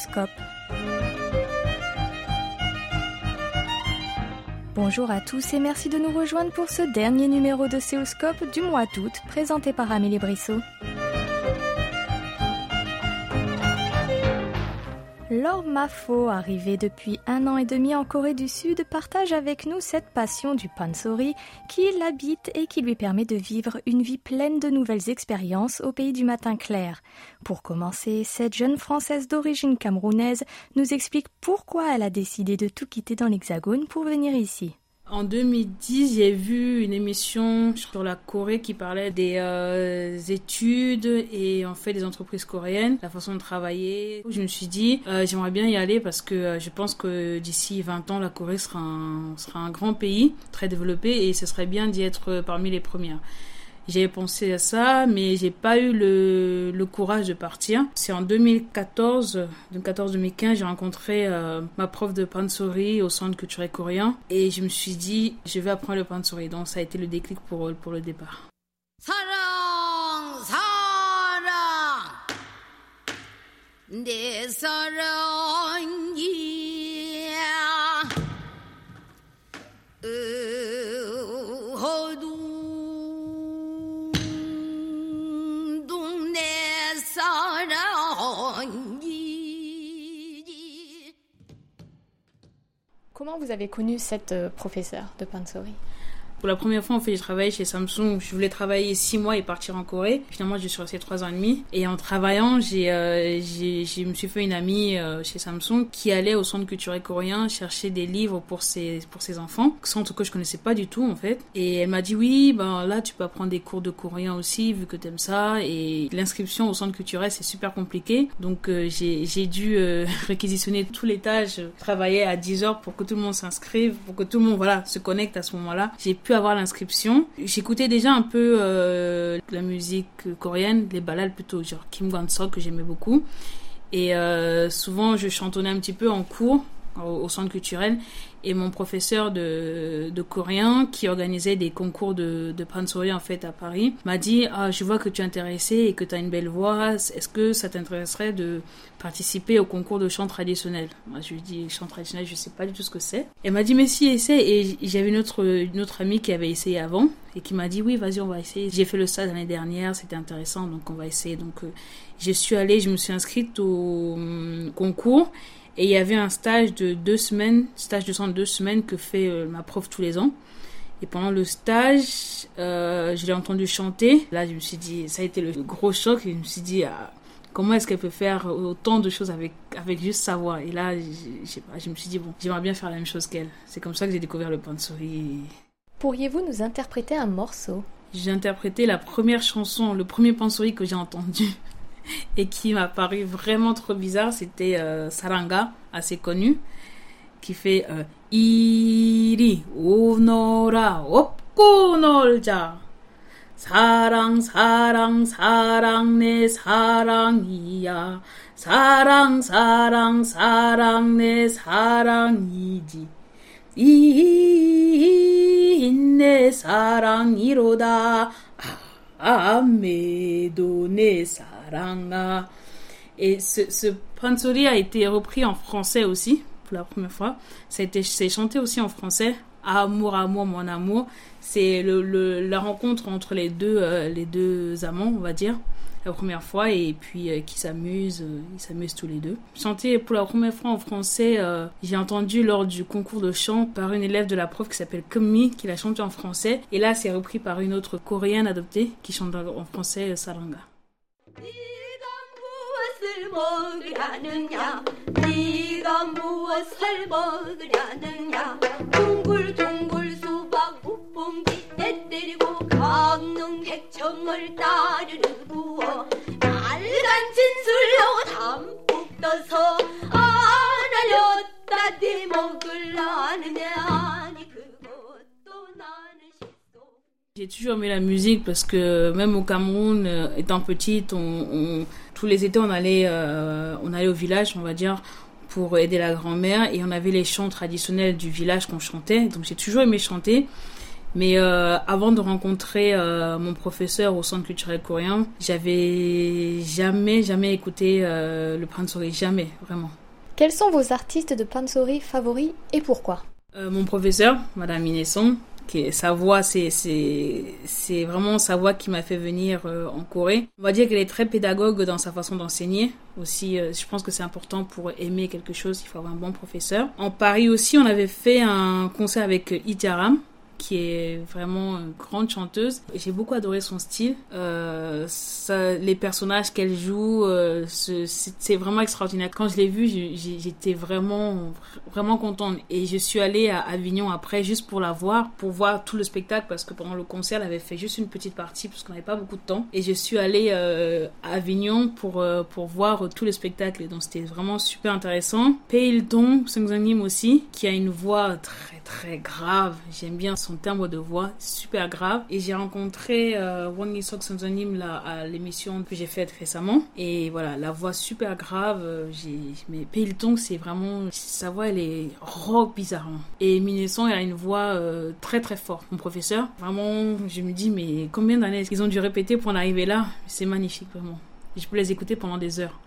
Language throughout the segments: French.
Séoulscope. Bonjour à tous et merci de nous rejoindre pour ce dernier numéro de Séoulscope du mois d'août, présenté par Amélie Brissot. Laure Mafo, arrivée depuis 1 an et demi en Corée du Sud, partage avec nous cette passion du pansori qui l'habite et qui lui permet de vivre une vie pleine de nouvelles expériences au pays du matin clair. Pour commencer, cette jeune Française d'origine camerounaise nous explique pourquoi elle a décidé de tout quitter dans l'Hexagone pour venir ici. En 2010, j'ai vu une émission sur la Corée qui parlait des études et en fait des entreprises coréennes, la façon de travailler. Je me suis dit, j'aimerais bien y aller parce que je pense que d'ici 20 ans, la Corée sera un grand pays, très développé et ce serait bien d'y être parmi les premières. J'ai pensé à ça, mais j'ai pas eu le courage de partir. C'est en 2014-2015, j'ai rencontré ma prof de pansori au centre culturel coréen et je me suis dit, je vais apprendre le pansori. Donc ça a été le déclic pour le départ. 사랑 사랑 내 사랑이야 Comment vous avez connu cette professeure de pansori ? Pour la première fois, en fait, j'ai travaillé chez Samsung. Je voulais travailler 6 mois et partir en Corée. Finalement, je suis restée 3 ans et demi. Et en travaillant, je me suis fait une amie chez Samsung qui allait au centre culturel coréen chercher des livres pour ses enfants. Centre que je connaissais pas du tout, en fait. Et elle m'a dit, oui, là, tu peux apprendre des cours de coréen aussi, vu que t'aimes ça. Et l'inscription au centre culturel, c'est super compliqué. Donc, j'ai dû réquisitionner tout l'étage, travailler à 10 heures pour que tout le monde s'inscrive, pour que tout le monde, se connecte à ce moment-là. J'ai pu avoir l'inscription. J'écoutais déjà un peu la musique coréenne, les ballades plutôt, genre Kim Gwon-seok que j'aimais beaucoup. Et souvent, je chantonnais un petit peu en cours au centre culturel. Et mon professeur de coréen, qui organisait des concours de pansori en fait à Paris, m'a dit « je vois que tu es intéressée et que tu as une belle voix. Est-ce que ça t'intéresserait de participer au concours de chant traditionnel ?» Moi, je lui ai dit « chant traditionnel, je sais pas du tout ce que c'est. » Elle m'a dit « mais si, essaie. » Et j'avais une autre amie qui avait essayé avant et qui m'a dit « oui, vas-y, on va essayer. » J'ai fait le stage l'année dernière, c'était intéressant, donc on va essayer. Donc, je suis allée, je me suis inscrite au concours. Et il y avait un stage de 2 semaines, stage de chant de 2 semaines que fait ma prof tous les ans. Et pendant le stage, je l'ai entendu chanter. Là, je me suis dit, ça a été le gros choc. Et je me suis dit, comment est-ce qu'elle peut faire autant de choses avec juste sa voix. Et là, je me suis dit, bon, j'aimerais bien faire la même chose qu'elle. C'est comme ça que j'ai découvert le pansori. Pourriez-vous nous interpréter un morceau ? J'ai interprété la première chanson, le premier pansori que j'ai entendu. Et qui m'a paru vraiment trop bizarre, c'était Saranga, assez connu, qui fait 이리 오너라 업고 놀자 사랑 사랑 사랑 내 사랑이야 사랑 사랑 사랑 내 사랑이지 이 내 사랑이로다 아메도 내 사랑. Et ce pansori a été repris en français aussi pour la première fois. C'est chanté aussi en français. Amour, amour, mon amour. C'est la rencontre entre les deux amants, on va dire, la première fois, et puis qui s'amusent, ils s'amusent tous les deux. Chanté pour la première fois en français, j'ai entendu lors du concours de chant par une élève de la prof qui s'appelle Kummi, qui l'a chanté en français. Et là, c'est repris par une autre coréenne adoptée qui chante en français Saranga. 먹으려느냐 네가 무엇을 먹으려느냐 둥글둥글 수박 우뽕기 때때리고 강릉 백청을 따르르고 날간 진술로 담뿍 떠서 알아렸다 네 먹으려느냐 니 그것도 나는 J'ai toujours aimé la musique parce que même au Cameroun, étant petite, tous les étés on allait au village, on va dire, pour aider la grand-mère et on avait les chants traditionnels du village qu'on chantait. Donc j'ai toujours aimé chanter Mais avant de rencontrer mon professeur au Centre culturel coréen, j'avais jamais écouté le pansori, jamais, vraiment. Quels sont vos artistes de pansori favoris et pourquoi? Mon professeur, Madame Inesong, sa voix, c'est vraiment sa voix qui m'a fait venir en Corée. On va dire qu'elle est très pédagogue dans sa façon d'enseigner. Aussi, je pense que c'est important pour aimer quelque chose, il faut avoir un bon professeur. En Paris aussi, on avait fait un concert avec Lee Jae-ram, qui est vraiment une grande chanteuse. J'ai beaucoup adoré son style. Les personnages qu'elle joue, c'est vraiment extraordinaire. Quand je l'ai vue, j'étais vraiment contente. Et je suis allée à Avignon après, juste pour la voir, pour voir tout le spectacle, parce que pendant le concert, elle avait fait juste une petite partie, parce qu'on n'avait pas beaucoup de temps. Et je suis allée à Avignon pour voir tout le spectacle. Et donc, c'était vraiment super intéressant. Pae Il-dong, Seung-nim aussi, qui a une voix très, très grave. J'aime bien son timbre de voix, super grave. Et j'ai rencontré Won Gi-sok Seung-nim là à l'émission que j'ai faite récemment. Et voilà, la voix super grave. Mais Pae Il-dong, c'est vraiment, sa voix, elle est rock bizarrement. Et Min-Song, elle a une voix très très forte. Mon professeur, vraiment, je me dis, mais combien d'années ils ont dû répéter pour en arriver là? C'est magnifique, vraiment. Et je peux les écouter pendant des heures.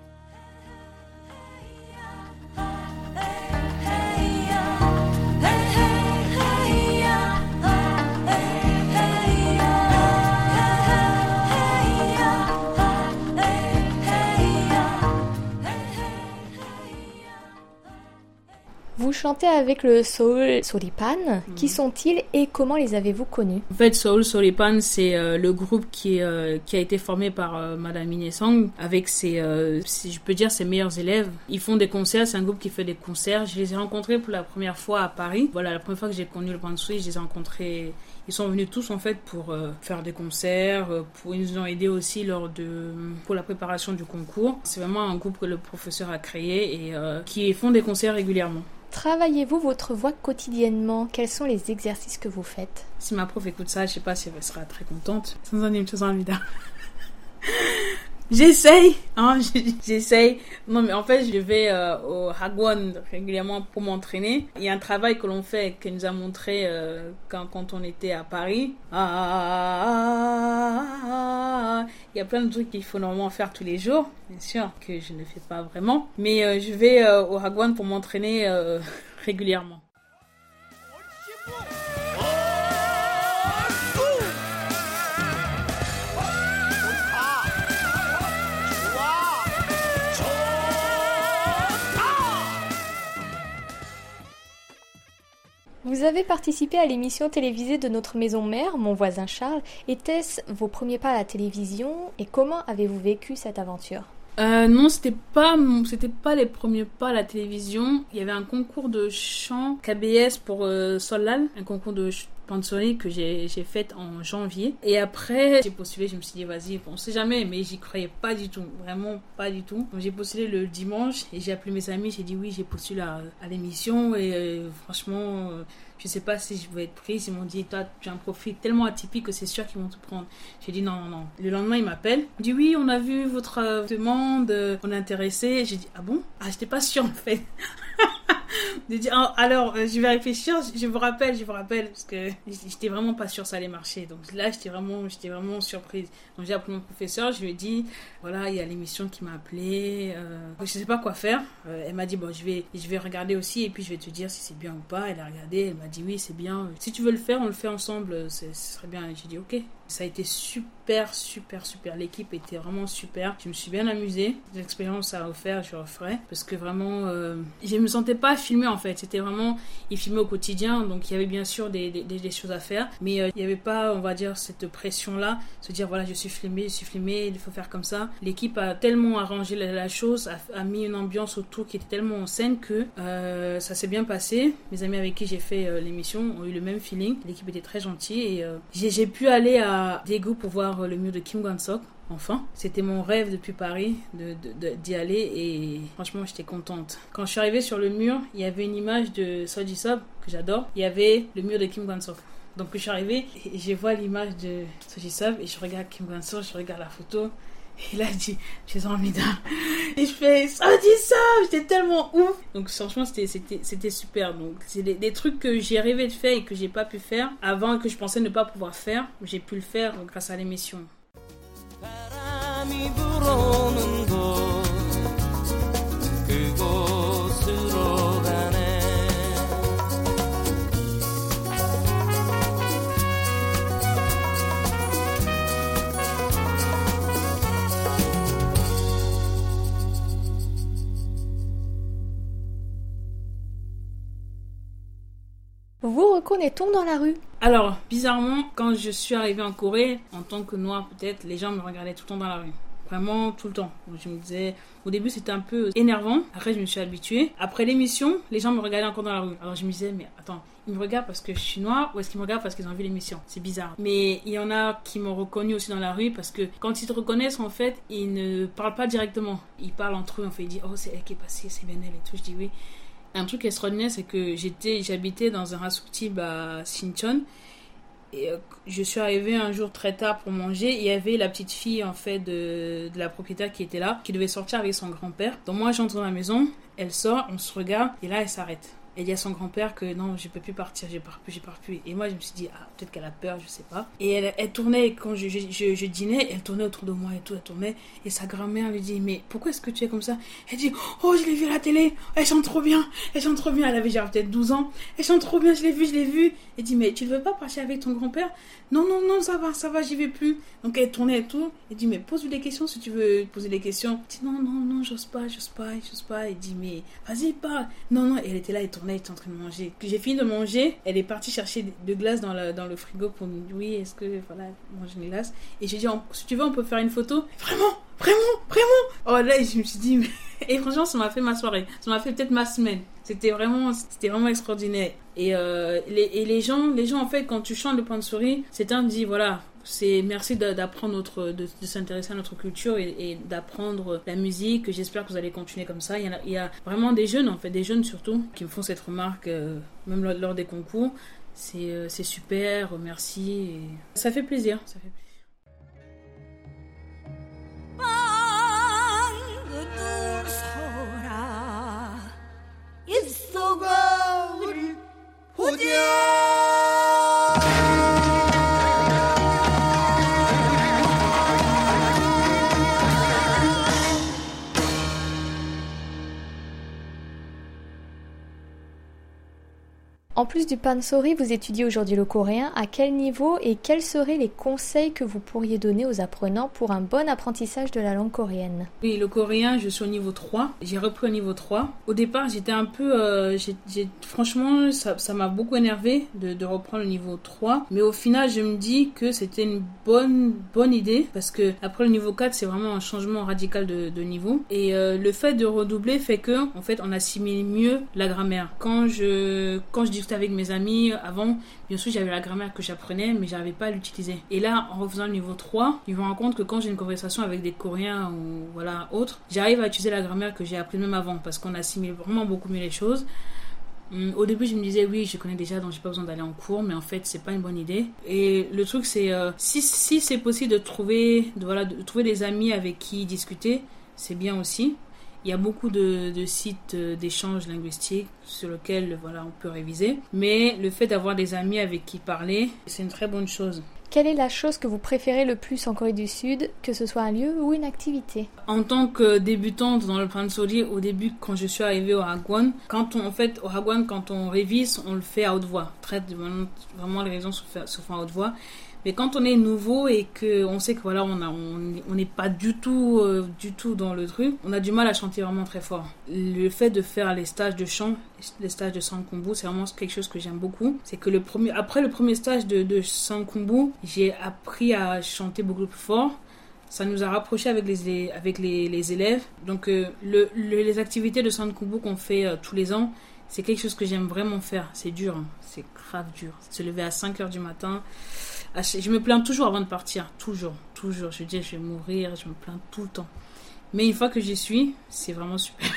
Vous chantez avec le Seoul Soripan. Qui sont-ils et comment les avez-vous connus? En fait, Seoul Soripan, c'est le groupe qui a été formé par Madame Inesong avec je peux dire, ses meilleurs élèves. Ils font des concerts, c'est un groupe qui fait des concerts. Je les ai rencontrés pour la première fois à Paris. Voilà, la première fois que j'ai connu le pansori, je les ai rencontrés. Ils sont venus tous en fait pour faire des concerts, ils nous ont aidés aussi pour la préparation du concours. C'est vraiment un groupe que le professeur a créé et qui font des concerts régulièrement. Travaillez-vous votre voix quotidiennement? Quels sont les exercices que vous faites? Si ma prof écoute ça, je sais pas si elle sera très contente. J'essaye, j'essaye. Non, mais en fait, je vais au Hagwon régulièrement pour m'entraîner. Il y a un travail que l'on fait, qu'elle nous a montré quand on était à Paris. Il y a plein de trucs qu'il faut normalement faire tous les jours. Bien sûr que je ne fais pas vraiment. Mais je vais au Hagwon pour m'entraîner régulièrement. Vous avez participé à l'émission télévisée de notre maison mère, Mon voisin Charles. Était-ce vos premiers pas à la télévision et comment avez-vous vécu cette aventure? Non, c'était pas les premiers pas à la télévision. Il y avait un concours de chant KBS pour Solal, un concours de pansori que j'ai fait en janvier. Et après, j'ai postulé, je me suis dit, vas-y, on sait jamais, mais j'y croyais pas du tout, vraiment pas du tout. Donc j'ai postulé le dimanche et j'ai appelé mes amis, j'ai dit oui, j'ai postulé à l'émission et franchement, je sais pas si je vais être prise. Ils m'ont dit, toi, tu as un profil tellement atypique que c'est sûr qu'ils vont te prendre. J'ai dit non. Le lendemain, ils m'appellent. Ils disent oui, on a vu votre demande, on est intéressé. J'ai dit, ah bon? Ah, j'étais pas sûre en fait. J'ai dit, alors, je vais réfléchir, je vous rappelle, parce que j'étais vraiment pas sûre que ça allait marcher. Donc là, j'étais vraiment surprise. Donc j'ai appelé mon professeur, je lui ai dit, voilà, il y a l'émission qui m'a appelée, je sais pas quoi faire. Elle m'a dit, bon, je vais regarder aussi et puis je vais te dire si c'est bien ou pas. Elle a regardé, elle m'a dit, oui, c'est bien. Si tu veux le faire, on le fait ensemble, ce serait bien. Et j'ai dit, ok. Ça a été super. L'équipe était vraiment super. Je me suis bien amusée. L'expérience à refaire, je referai. Parce que vraiment, je me sentais pas filmée en fait. C'était vraiment, ils filmaient au quotidien. Donc il y avait bien sûr des choses à faire. Mais il n'y avait pas, on va dire, cette pression-là. Se dire, voilà, je suis filmée, il faut faire comme ça. L'équipe a tellement arrangé la chose, a mis une ambiance autour qui était tellement en scène que ça s'est bien passé. Mes amis avec qui j'ai fait l'émission ont eu le même feeling. L'équipe était très gentille et j'ai pu aller à Daegu pour voir le mur de Kim Kwon-sok. Enfin, c'était mon rêve depuis Paris d'y aller et franchement j'étais contente. Quand je suis arrivée sur le mur, il y avait une image de Seo Ji-sub que j'adore. Il y avait le mur de Kim Kwon-sok. Donc je suis arrivée et je vois l'image de Seo Ji-sub et je regarde Kim Kwon-sok, je regarde la photo. Et là, je dis, Amida, Et je fais, ça dit ça, j'étais tellement ouf. Donc franchement, c'était super. Donc c'est des trucs que j'ai rêvé de faire et que j'ai pas pu faire avant et que je pensais ne pas pouvoir faire. J'ai pu le faire grâce à l'émission. Vous reconnaît-on dans la rue? Alors, bizarrement, quand je suis arrivée en Corée, en tant que noire peut-être, les gens me regardaient tout le temps dans la rue. Vraiment tout le temps. Donc, je me disais, au début c'était un peu énervant, après je me suis habituée. Après l'émission, les gens me regardaient encore dans la rue. Alors je me disais, mais attends, ils me regardent parce que je suis noire ou est-ce qu'ils me regardent parce qu'ils ont vu l'émission? C'est bizarre. Mais il y en a qui m'ont reconnu aussi dans la rue parce que quand ils te reconnaissent, en fait, ils ne parlent pas directement. Ils parlent entre eux, en fait, ils disent, oh c'est elle qui est passée, c'est bien elle et tout. Je dis oui. Un truc extraordinaire, c'est que j'habitais dans un rassoutib à Sinchon. Et je suis arrivée un jour très tard pour manger. Il y avait la petite fille en fait de la propriétaire qui était là, qui devait sortir avec son grand-père. Donc moi j'entre dans la maison, elle sort, on se regarde et là elle s'arrête. Elle dit à son grand-père que non, je peux plus partir, je pars plus. Et moi je me suis dit, ah, peut-être qu'elle a peur, je sais pas. Et elle tournait, quand je dînais, elle tournait autour de moi et tout, elle tournait. Et sa grand-mère lui dit, mais pourquoi est-ce que tu es comme ça? Elle dit, oh, je l'ai vu à la télé, elle chante trop bien. Elle avait genre peut-être 12 ans. Elle chante trop bien, je l'ai vu. Elle dit, mais tu ne veux pas partir avec ton grand-père? Non, ça va, j'y vais plus. Donc elle tournait et tout. Elle dit, mais pose-lui des questions si tu veux poser des questions. Elle dit, non, j'ose pas. Elle dit, mais vas-y, parle. Non, et elle était là, elle tournait, elle était en train de manger. J'ai fini de manger, elle est partie chercher de glace dans le frigo pour me dire, oui, est-ce que, voilà, manger une glace. Et j'ai dit, si tu veux, on peut faire une photo. Vraiment. Oh là, je me suis dit, mais... Et franchement, ça m'a fait ma soirée. Ça m'a fait peut-être ma semaine. C'était vraiment extraordinaire. Et les gens, en fait, quand tu chantes le pansori, c'est un dit, voilà, c'est merci d'apprendre de s'intéresser à notre culture et d'apprendre la musique. J'espère que vous allez continuer comme ça. Il y a vraiment des jeunes, en fait, des jeunes surtout, qui me font cette remarque, même lors des concours. C'est super, merci. Et ça fait plaisir. En plus du pansori, vous étudiez aujourd'hui le coréen. À quel niveau et quels seraient les conseils que vous pourriez donner aux apprenants pour un bon apprentissage de la langue coréenne? Oui, le coréen, je suis au niveau 3. J'ai repris au niveau 3. Au départ, j'étais un peu... franchement, ça m'a beaucoup énervé de reprendre le niveau 3. Mais au final, je me dis que c'était une bonne idée. Parce que après le niveau 4, c'est vraiment un changement radical de niveau. Et le fait de redoubler fait que, en fait, on assimile mieux la grammaire. Quand je discutais avec mes amis avant, bien sûr, j'avais la grammaire que j'apprenais, mais j'arrivais pas à l'utiliser. Et là, en refaisant le niveau 3, je me rends compte que quand j'ai une conversation avec des Coréens ou voilà, autres, j'arrive à utiliser la grammaire que j'ai appris même avant, parce qu'on assimile vraiment beaucoup mieux les choses. Au début, je me disais, oui, je connais déjà, donc j'ai pas besoin d'aller en cours, mais en fait, c'est pas une bonne idée. Et le truc, c'est, si c'est possible de trouver des amis avec qui discuter, c'est bien aussi. Il y a beaucoup de sites d'échange linguistique sur lesquels voilà, on peut réviser. Mais le fait d'avoir des amis avec qui parler, c'est une très bonne chose. Quelle est la chose que vous préférez le plus en Corée du Sud, que ce soit un lieu ou une activité? En tant que débutante dans le pansori, au début, quand je suis arrivée au Hagwon, quand on révise, on le fait à haute voix. Vraiment, les révisions se font à haute voix. Mais quand on est nouveau et qu'on sait que voilà, on n'est pas du tout dans le truc, on a du mal à chanter vraiment très fort. Le fait de faire les stages de chant, les stages de Sankumbu, c'est vraiment quelque chose que j'aime beaucoup. C'est que après le premier stage de Sankumbu, j'ai appris à chanter beaucoup plus fort. Ça nous a rapprochés avec les élèves. Donc les activités de Sankumbu qu'on fait tous les ans, c'est quelque chose que j'aime vraiment faire. C'est dur, hein. C'est grave dur. Se lever à 5h du matin. Je me plains toujours avant de partir. Toujours. Je dis, je vais mourir. Je me plains tout le temps. Mais une fois que j'y suis, c'est vraiment super.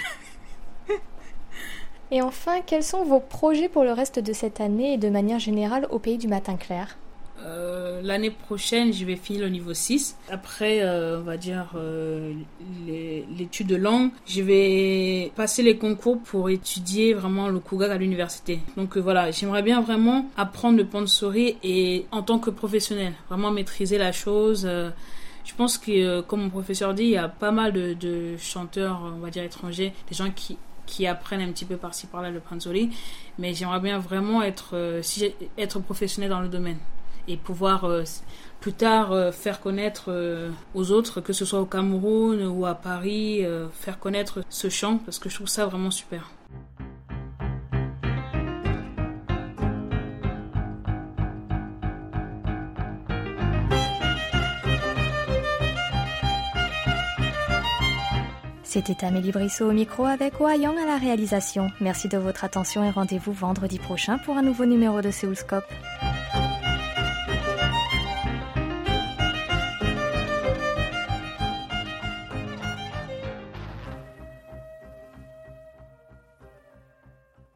Et enfin, quels sont vos projets pour le reste de cette année et de manière générale au pays du matin clair? L'année prochaine, je vais finir le niveau 6. Après, on va dire l'étude de langue, je vais passer les concours pour étudier vraiment le Kugak à l'université. Donc voilà, j'aimerais bien vraiment apprendre le pansori et en tant que professionnel, vraiment maîtriser la chose. Je pense que, comme mon professeur dit, il y a pas mal de chanteurs, on va dire étrangers, des gens qui apprennent un petit peu par-ci par-là le pansori, mais j'aimerais bien vraiment être professionnel dans le domaine et pouvoir plus tard faire connaître aux autres, que ce soit au Cameroun ou à Paris, faire connaître ce chant parce que je trouve ça vraiment super. C'était Amélie Brissot au micro avec Wayang à la réalisation. Merci de votre attention et rendez-vous vendredi prochain pour un nouveau numéro de Séoulscope.